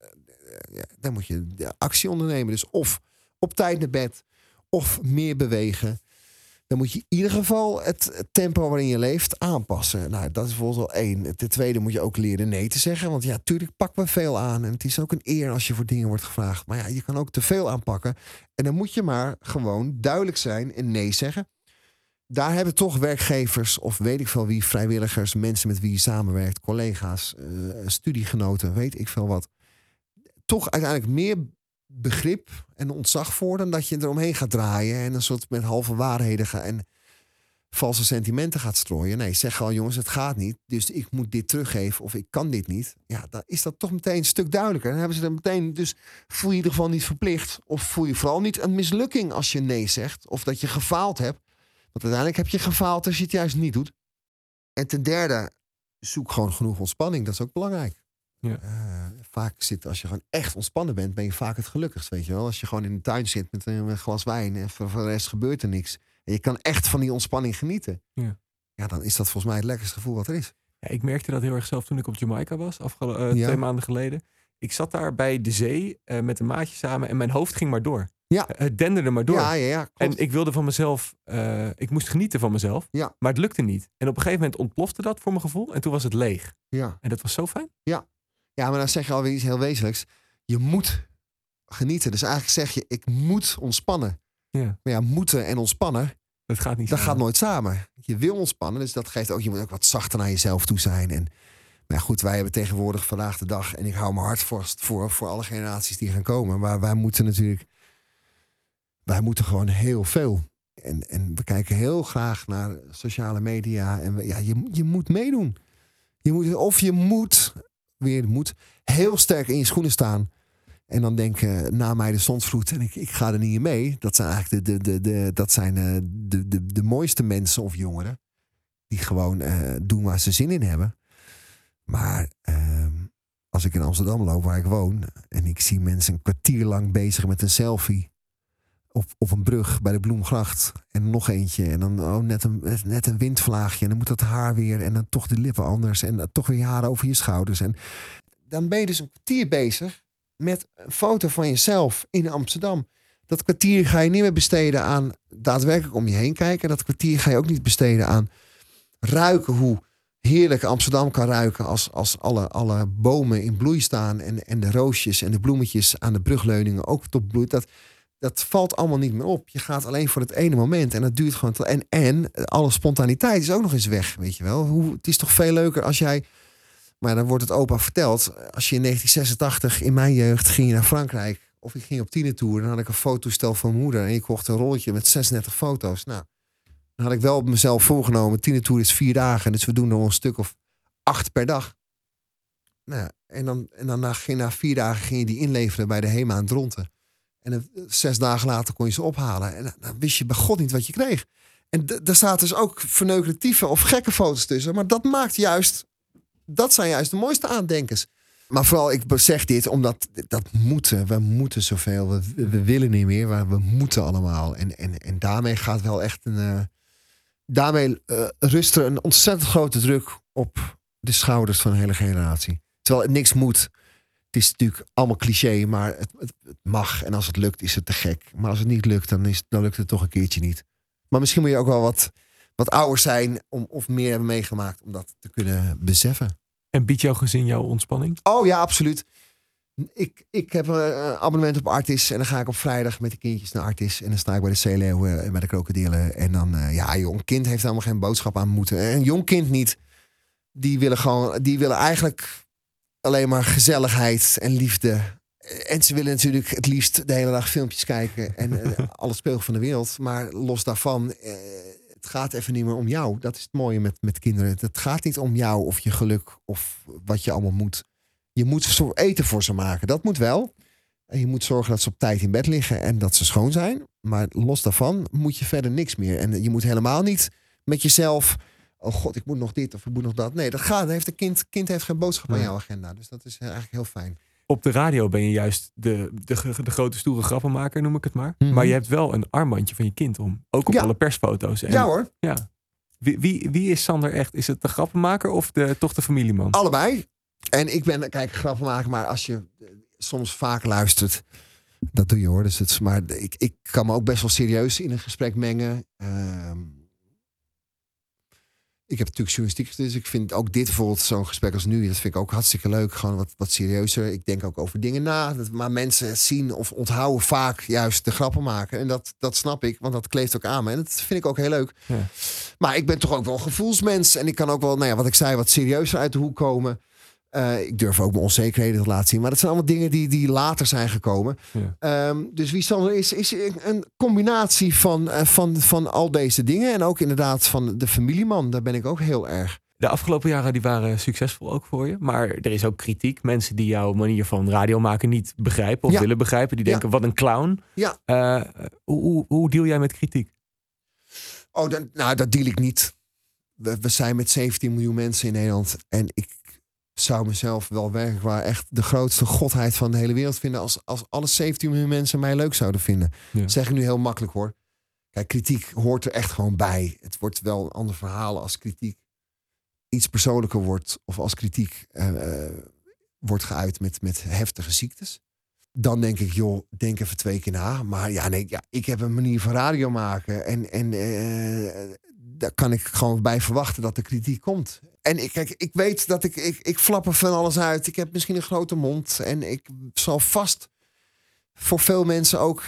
je actie ondernemen. Dus of op tijd naar bed, of meer bewegen. Dan moet je in ieder geval het tempo waarin je leeft aanpassen. Nou, dat is bijvoorbeeld wel 1. Ten tweede moet je ook leren nee te zeggen. Want ja, tuurlijk pakken we veel aan. En het is ook een eer als je voor dingen wordt gevraagd. Maar ja, je kan ook te veel aanpakken. En dan moet je maar gewoon duidelijk zijn en nee zeggen. Daar hebben toch werkgevers of weet ik veel wie, vrijwilligers, mensen met wie je samenwerkt, collega's, studiegenoten, weet ik veel wat. Toch uiteindelijk meer begrip en ontzag voor dan dat je eromheen gaat draaien en een soort met halve waarheden en valse sentimenten gaat strooien. Nee, zeg gewoon jongens, het gaat niet. Dus ik moet dit teruggeven of ik kan dit niet. Ja, dan is dat toch meteen een stuk duidelijker. Dan hebben ze er meteen, dus voel je in ieder geval niet verplicht. Of voel je vooral niet een mislukking als je nee zegt. Of dat je gefaald hebt. Want uiteindelijk heb je gefaald als je het juist niet doet. En ten derde, zoek gewoon genoeg ontspanning. Dat is ook belangrijk. Ja. Vaak als je gewoon echt ontspannen bent, ben je vaak het gelukkigst, weet je wel. Als je gewoon in de tuin zit met een glas wijn en voor de rest gebeurt er niks. En je kan echt van die ontspanning genieten. Ja, dan is dat volgens mij het lekkerste gevoel wat er is. Ja, ik merkte dat heel erg zelf toen ik op Jamaica was, 2 maanden geleden. ik zat daar bij de zee met een maatje samen en mijn hoofd ging maar door. Ja. Het denderde maar door. Ja, klopt. En ik wilde van mezelf, ik moest genieten van mezelf, maar het lukte niet. En op een gegeven moment ontplofte dat voor mijn gevoel en toen was het leeg. Ja. En dat was zo fijn. Ja, maar dan zeg je alweer iets heel wezenlijks. Je moet genieten. Dus eigenlijk zeg je, ik moet ontspannen. Ja. Maar ja, moeten en ontspannen, dat gaat niet dat samen. gaat nooit samen. Je wil ontspannen, dus dat geeft ook, je moet ook wat zachter naar jezelf toe zijn. En, maar goed, wij hebben tegenwoordig vandaag de dag, en ik hou mijn hart vast voor alle generaties die gaan komen. Maar wij moeten gewoon heel veel. En we kijken heel graag naar sociale media. En je moet meedoen. Je moet heel sterk in je schoenen staan. En dan denken, na mij de zonsvloed en ik ga er niet in mee. Dat zijn eigenlijk de mooiste mensen of jongeren. Die gewoon doen waar ze zin in hebben. Maar als ik in Amsterdam loop, waar ik woon, en ik zie mensen een kwartier lang bezig met een selfie op een brug bij de Bloemgracht. En nog eentje. En dan net een windvlaagje. En dan moet dat haar weer. En dan toch de lippen anders. En toch weer haren over je schouders. En dan ben je dus een kwartier bezig met een foto van jezelf in Amsterdam. Dat kwartier ga je niet meer besteden aan daadwerkelijk om je heen kijken. Dat kwartier ga je ook niet besteden aan ruiken hoe heerlijk Amsterdam kan ruiken als alle bomen in bloei staan. En de roosjes en de bloemetjes aan de brugleuningen ook tot bloeit. Dat valt allemaal niet meer op. Je gaat alleen voor het ene moment. En dat duurt gewoon. En alle spontaniteit is ook nog eens weg. Weet je wel. Het is toch veel leuker als jij. Maar dan wordt het opa verteld. Als je in 1986 in mijn jeugd ging je naar Frankrijk. Of ik ging op tienertour. Dan had ik een fototoestel van mijn moeder. En ik kocht een rolletje met 36 foto's. Nou, dan had ik wel op mezelf voorgenomen. Tienertour is 4 dagen. Dus we doen er een stuk of 8 per dag. Nou, en dan na 4 dagen ging je die inleveren bij de HEMA aan Dronten. En 6 dagen later kon je ze ophalen. En dan wist je bij God niet wat je kreeg. En daar staat dus ook verneukeratieve of gekke foto's tussen. Maar dat zijn juist de mooiste aandenkers. Maar vooral, ik zeg dit omdat we moeten zoveel. We willen niet meer, maar we moeten allemaal. En daarmee gaat wel echt daarmee rust er een ontzettend grote druk op de schouders van een hele generatie. Terwijl het niks moet. Het is natuurlijk allemaal cliché, maar het mag. En als het lukt, is het te gek. Maar als het niet lukt, dan lukt het toch een keertje niet. Maar misschien moet je ook wel wat ouder zijn of meer hebben meegemaakt om dat te kunnen beseffen. En biedt jouw gezin jouw ontspanning? Oh ja, absoluut. Ik heb een abonnement op Artis. En dan ga ik op vrijdag met de kindjes naar Artis. En dan sta ik bij de zeeleeuwen en bij de krokodillen. En dan, een jong kind heeft helemaal geen boodschap aan moeten. En een jong kind niet. Die willen eigenlijk alleen maar gezelligheid en liefde. En ze willen natuurlijk het liefst de hele dag filmpjes kijken. En alle speelgoed van de wereld. Maar los daarvan, het gaat even niet meer om jou. Dat is het mooie met kinderen. Het gaat niet om jou of je geluk of wat je allemaal moet. Je moet eten voor ze maken. Dat moet wel. En je moet zorgen dat ze op tijd in bed liggen en dat ze schoon zijn. Maar los daarvan moet je verder niks meer. En je moet helemaal niet met jezelf... Oh god, ik moet nog dit of ik moet nog dat. Nee, dat gaat. Heeft een kind heeft geen boodschap aan jouw agenda. Dus dat is eigenlijk heel fijn. Op de radio ben je juist de grote stoere grappenmaker, noem ik het maar. Mm-hmm. Maar je hebt wel een armbandje van je kind om. Ook op alle persfoto's. En, ja hoor. Ja. Wie is Sander echt? Is het de grappenmaker of toch de familieman? Allebei. En ik ben, kijk, grappenmaker, maar als je soms vaak luistert, dat doe je hoor. Dus maar ik kan me ook best wel serieus in een gesprek mengen. Ik heb natuurlijk journalistiek dus ik vind ook dit bijvoorbeeld zo'n gesprek als nu, dat vind ik ook hartstikke leuk. Gewoon wat serieuzer. Ik denk ook over dingen na. Maar mensen zien of onthouden vaak juist de grappen maken. En dat snap ik, want dat kleeft ook aan me. En dat vind ik ook heel leuk. Ja. Maar ik ben toch ook wel een gevoelsmens. En ik kan ook wel, wat ik zei, wat serieuzer uit de hoek komen. Ik durf ook mijn onzekerheden te laten zien. Maar dat zijn allemaal dingen die later zijn gekomen. Ja. Dus wie Sander is een combinatie van al deze dingen. En ook inderdaad van de familieman. Daar ben ik ook heel erg. De afgelopen jaren die waren succesvol ook voor je. Maar er is ook kritiek. Mensen die jouw manier van radio maken niet begrijpen of willen begrijpen. Die denken, wat een clown. Ja. Hoe deal jij met kritiek? Oh, dat deal ik niet. We zijn met 17 miljoen mensen in Nederland. En ik zou mezelf wel werkelijk waar echt de grootste godheid van de hele wereld vinden als alle 17 miljoen mensen mij leuk zouden vinden. Ja. Dat zeg ik nu heel makkelijk hoor. Kijk, kritiek hoort er echt gewoon bij. Het wordt wel een ander verhaal als kritiek iets persoonlijker wordt of als kritiek wordt geuit met heftige ziektes. Dan denk ik, joh, denk even 2 keer na. Maar ik heb een manier van radio maken. En daar kan ik gewoon bij verwachten dat de kritiek komt. En ik weet dat ik flap er van alles uit. Ik heb misschien een grote mond. En ik zal vast voor veel mensen ook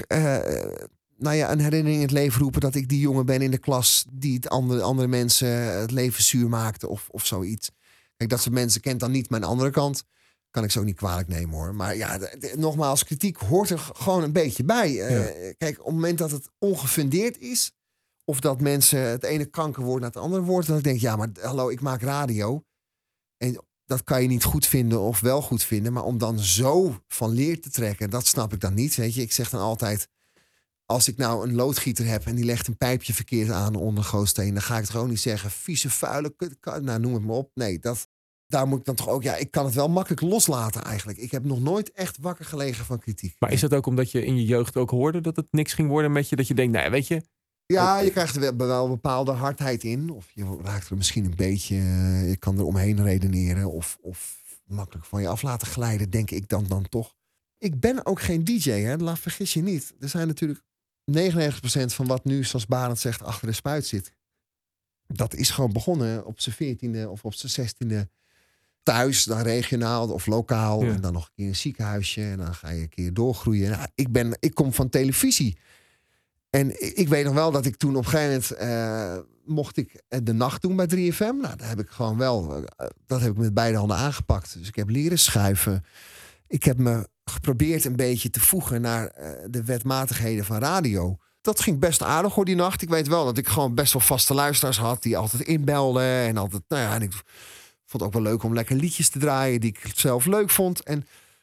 een herinnering in het leven roepen dat ik die jongen ben in de klas die het andere mensen het leven zuur maakte of zoiets. Kijk, dat soort mensen kent dan niet mijn andere kant. Kan ik zo niet kwalijk nemen hoor. Maar ja, nogmaals, kritiek hoort er gewoon een beetje bij. Kijk, op het moment dat het ongefundeerd is, of dat mensen het ene kankerwoord naar het andere woord, dan denk ik, ja, maar hallo, ik maak radio. En dat kan je niet goed vinden of wel goed vinden. Maar om dan zo van leer te trekken, dat snap ik dan niet. Weet je, ik zeg dan altijd, als ik nou een loodgieter heb en die legt een pijpje verkeerd aan onder een gootsteen, dan ga ik het gewoon niet zeggen, vieze, vuile, nou noem het maar op. Nee, daar moet ik dan toch ook, ik kan het wel makkelijk loslaten eigenlijk. Ik heb nog nooit echt wakker gelegen van kritiek. Maar is dat ook omdat je in je jeugd ook hoorde dat het niks ging worden met je? Dat je denkt, nou ja, weet je. Ja, je krijgt er wel een bepaalde hardheid in. Of je raakt er misschien een beetje, je kan er omheen redeneren. Of makkelijk van je af laten glijden, denk ik dan toch. Ik ben ook geen DJ, hè? Vergis je niet. Er zijn natuurlijk 99% van wat nu, zoals Barend zegt, achter de spuit zit. Dat is gewoon begonnen op zijn 14e of op zijn 16e. Thuis, dan regionaal of lokaal. Ja. En dan nog een keer in een ziekenhuisje. En dan ga je een keer doorgroeien. Nou, ik kom van televisie. En ik weet nog wel dat ik toen op een gegeven moment mocht ik de nacht doen bij 3FM. Nou, dat heb ik gewoon wel. Dat heb ik met beide handen aangepakt. Dus ik heb leren schuiven. Ik heb me geprobeerd een beetje te voegen naar de wetmatigheden van radio. Dat ging best aardig hoor die nacht. Ik weet wel dat ik gewoon best wel vaste luisteraars had die altijd inbelden. En altijd, en ik vond het ook wel leuk om lekker liedjes te draaien die ik zelf leuk vond. En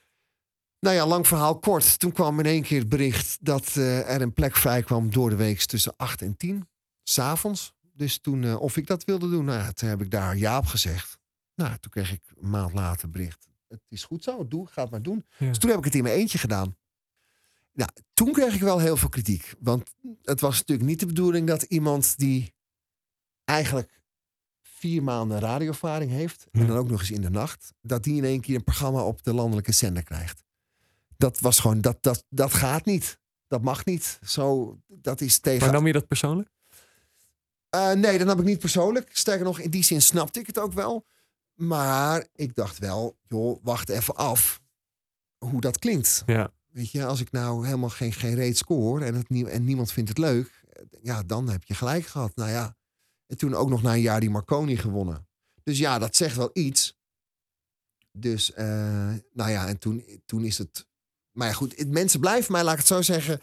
lang verhaal kort. Toen kwam in één keer het bericht dat er een plek vrij kwam door de week tussen 8 en 10. 's Avonds. Dus toen of ik dat wilde doen. Toen heb ik daar ja op gezegd. Toen kreeg ik een maand later bericht. Het is goed zo, ga het maar doen. Ja. Dus toen heb ik het in mijn eentje gedaan. Toen kreeg ik wel heel veel kritiek. Want het was natuurlijk niet de bedoeling dat iemand die eigenlijk 4 maanden radioervaring heeft, en dan ook nog eens in de nacht, dat die in één keer een programma op de landelijke zender krijgt. Dat was gewoon, dat gaat niet. Dat mag niet. Zo, dat is tegen. Maar nam je dat persoonlijk? Nee, dat nam ik niet persoonlijk. Sterker nog, in die zin snapte ik het ook wel. Maar ik dacht wel, joh, wacht even af hoe dat klinkt. Ja. Weet je, als ik nou helemaal geen reet score en niemand vindt het leuk, dan heb je gelijk gehad. En toen ook nog na een jaar die Marconi gewonnen. Dus ja, dat zegt wel iets. Dus, en toen is het. Maar ja, goed, mensen blijven mij, laat ik het zo zeggen.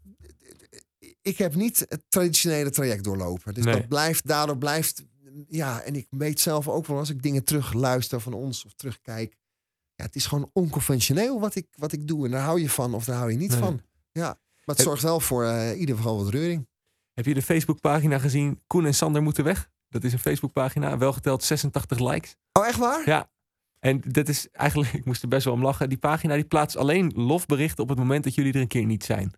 Ik heb niet het traditionele traject doorlopen. Dus daardoor blijft. Ja, en ik weet zelf ook wel als ik dingen terug luister van ons of terugkijk. Ja, het is gewoon onconventioneel wat ik doe. En daar hou je van of daar hou je niet van. Ja, maar het zorgt wel voor in ieder geval wat reuring. Heb je de Facebookpagina gezien? Koen en Sander moeten weg. Dat is een Facebookpagina. Wel geteld 86 likes. Oh, echt waar? Ja. En dat is eigenlijk, ik moest er best wel om lachen. Die pagina die plaatst alleen lofberichten op het moment dat jullie er een keer niet zijn.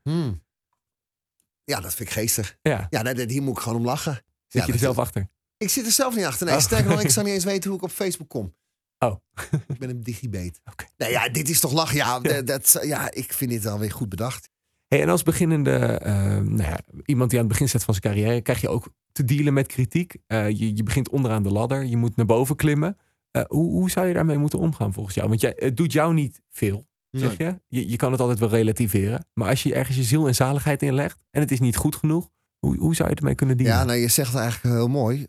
Ja, dat vind ik geestig. Ja, hier moet ik gewoon om lachen. Zit je er zelf achter? Ik zit er zelf niet achter. Nee, sterker nog, ik zou niet eens weten hoe ik op Facebook kom. Oh. Ik ben een digibeet. Okay. Nee, dit is toch lachen? Ja, ik vind dit wel weer goed bedacht. Hey, en als beginnende, iemand die aan het begin staat van zijn carrière, krijg je ook te dealen met kritiek. Je begint onderaan de ladder, je moet naar boven klimmen. Hoe zou je daarmee moeten omgaan volgens jou? Want het doet jou niet veel, zeg je? Je kan het altijd wel relativeren. Maar als je ergens je ziel en zaligheid inlegt en het is niet goed genoeg, hoe zou je ermee kunnen dealen? Ja, je zegt het eigenlijk heel mooi.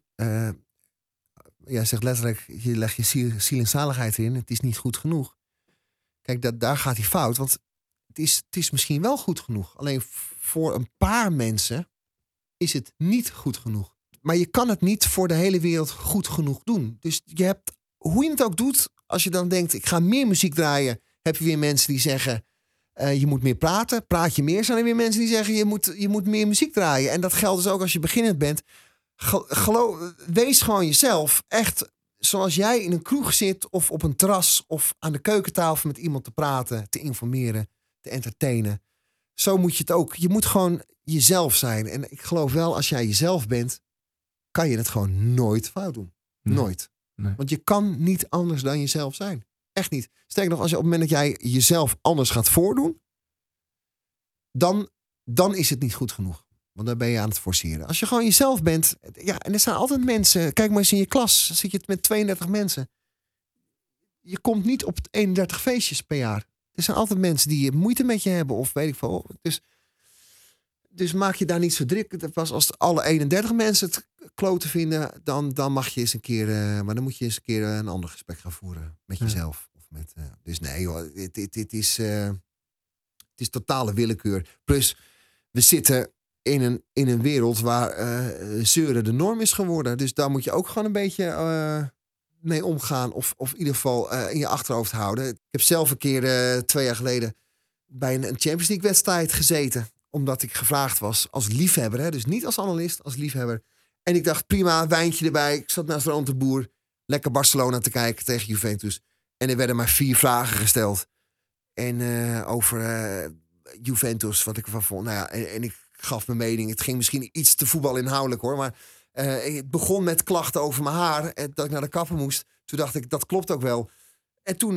Jij zegt letterlijk, je legt je ziel en zaligheid in. Het is niet goed genoeg. Kijk, daar gaat hij fout. Want het is misschien wel goed genoeg. Alleen voor een paar mensen is het niet goed genoeg. Maar je kan het niet voor de hele wereld goed genoeg doen. Dus je hebt, hoe je het ook doet, als je dan denkt, ik ga meer muziek draaien, heb je weer mensen die zeggen, je moet meer praten. Praat je meer, zijn er weer mensen die zeggen, je moet meer muziek draaien. En dat geldt dus ook als je beginnend bent. Wees gewoon jezelf. Echt zoals jij in een kroeg zit of op een terras of aan de keukentafel met iemand te praten, te informeren, te entertainen. Zo moet je het ook. Je moet gewoon jezelf zijn. En ik geloof wel, als jij jezelf bent, kan je het gewoon nooit fout doen. Nooit. Nee. Want je kan niet anders dan jezelf zijn. Echt niet. Sterker nog, als je op het moment dat jij jezelf anders gaat voordoen, dan is het niet goed genoeg. Want dan ben je aan het forceren. Als je gewoon jezelf bent. Ja, en er zijn altijd mensen. Kijk maar eens in je klas. Dan zit je met 32 mensen. Je komt niet op 31 feestjes per jaar. Er zijn altijd mensen die moeite met je hebben. Of weet ik veel. Dus maak je daar niet zo druk. Pas als alle 31 mensen het kloten vinden. Dan mag je eens een keer. Maar dan moet je eens een keer een ander gesprek gaan voeren. Met jezelf. Of met, dus nee joh. Het is totale willekeur. Plus we zitten in een wereld waar zeuren de norm is geworden. Dus daar moet je ook gewoon een beetje mee omgaan. Of in ieder geval in je achterhoofd houden. Ik heb zelf een keer 2 jaar geleden bij een Champions League wedstrijd gezeten. Omdat ik gevraagd was als liefhebber. Hè? Dus niet als analist, als liefhebber. En ik dacht prima, wijntje erbij. Ik zat naast Ronald de Boer. Lekker Barcelona te kijken tegen Juventus. En er werden maar 4 vragen gesteld. En over Juventus, wat ik ervan vond. Nou ja, en ik gaf mijn mening. Het ging misschien iets te voetbalinhoudelijk hoor. Maar het begon met klachten over mijn haar. En dat ik naar de kapper moest. Toen dacht ik, dat klopt ook wel. En toen,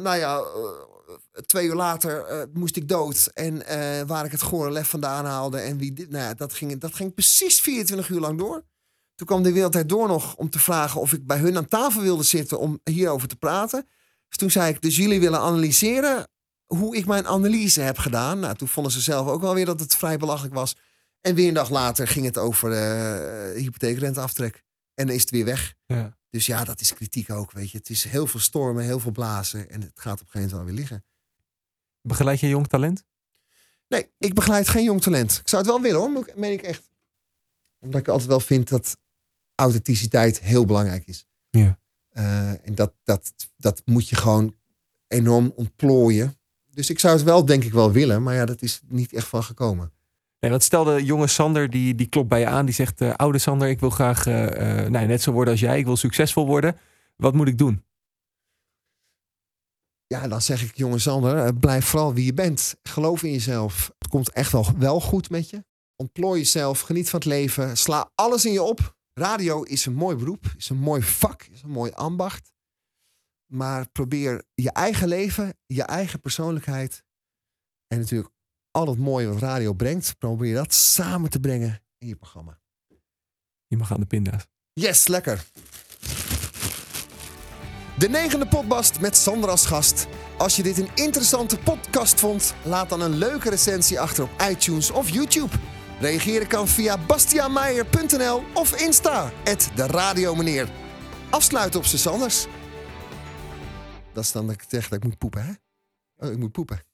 2 uur later moest ik dood. En waar ik het gore lef vandaan haalde. En dat ging precies 24 uur lang door. Toen kwam de Wereldtijd Door nog om te vragen of ik bij hun aan tafel wilde zitten om hierover te praten. Dus toen zei ik, dus jullie willen analyseren hoe ik mijn analyse heb gedaan. Nou, toen vonden ze zelf ook wel weer dat het vrij belachelijk was. En weer een dag later ging het over hypotheekrenteaftrek. En dan is het weer weg. Ja. Dus ja, dat is kritiek ook, weet je. Het is heel veel stormen, heel veel blazen. En het gaat op een gegeven moment wel weer liggen. Begeleid je jong talent? Nee, ik begeleid geen jong talent. Ik zou het wel willen hoor, meen ik echt. Omdat ik altijd wel vind dat authenticiteit heel belangrijk is. Ja. En dat moet je gewoon enorm ontplooien. Dus ik zou het wel denk ik wel willen. Maar ja, dat is niet echt van gekomen. Nee, want stel de jonge Sander, die klopt bij je aan. Die zegt, oude Sander, ik wil graag net zo worden als jij. Ik wil succesvol worden. Wat moet ik doen? Ja, dan zeg ik, jonge Sander, blijf vooral wie je bent. Geloof in jezelf. Het komt echt wel goed met je. Ontplooi jezelf, geniet van het leven. Sla alles in je op. Radio is een mooi beroep, is een mooi vak, is een mooi ambacht. Maar probeer je eigen leven, je eigen persoonlijkheid en natuurlijk al het mooie wat radio brengt, probeer dat samen te brengen in je programma. Je mag aan de pinda's. Yes, lekker. De 9e potbast met Sander als gast. Als je dit een interessante podcast vond, laat dan een leuke recensie achter op iTunes of YouTube. Reageren kan via bastiaanmeijer.nl of Insta, @deradiomeneer. Afsluiten op z'n Sanders. Dat is dan dat ik zeg dat ik moet poepen, hè? Oh, ik moet poepen.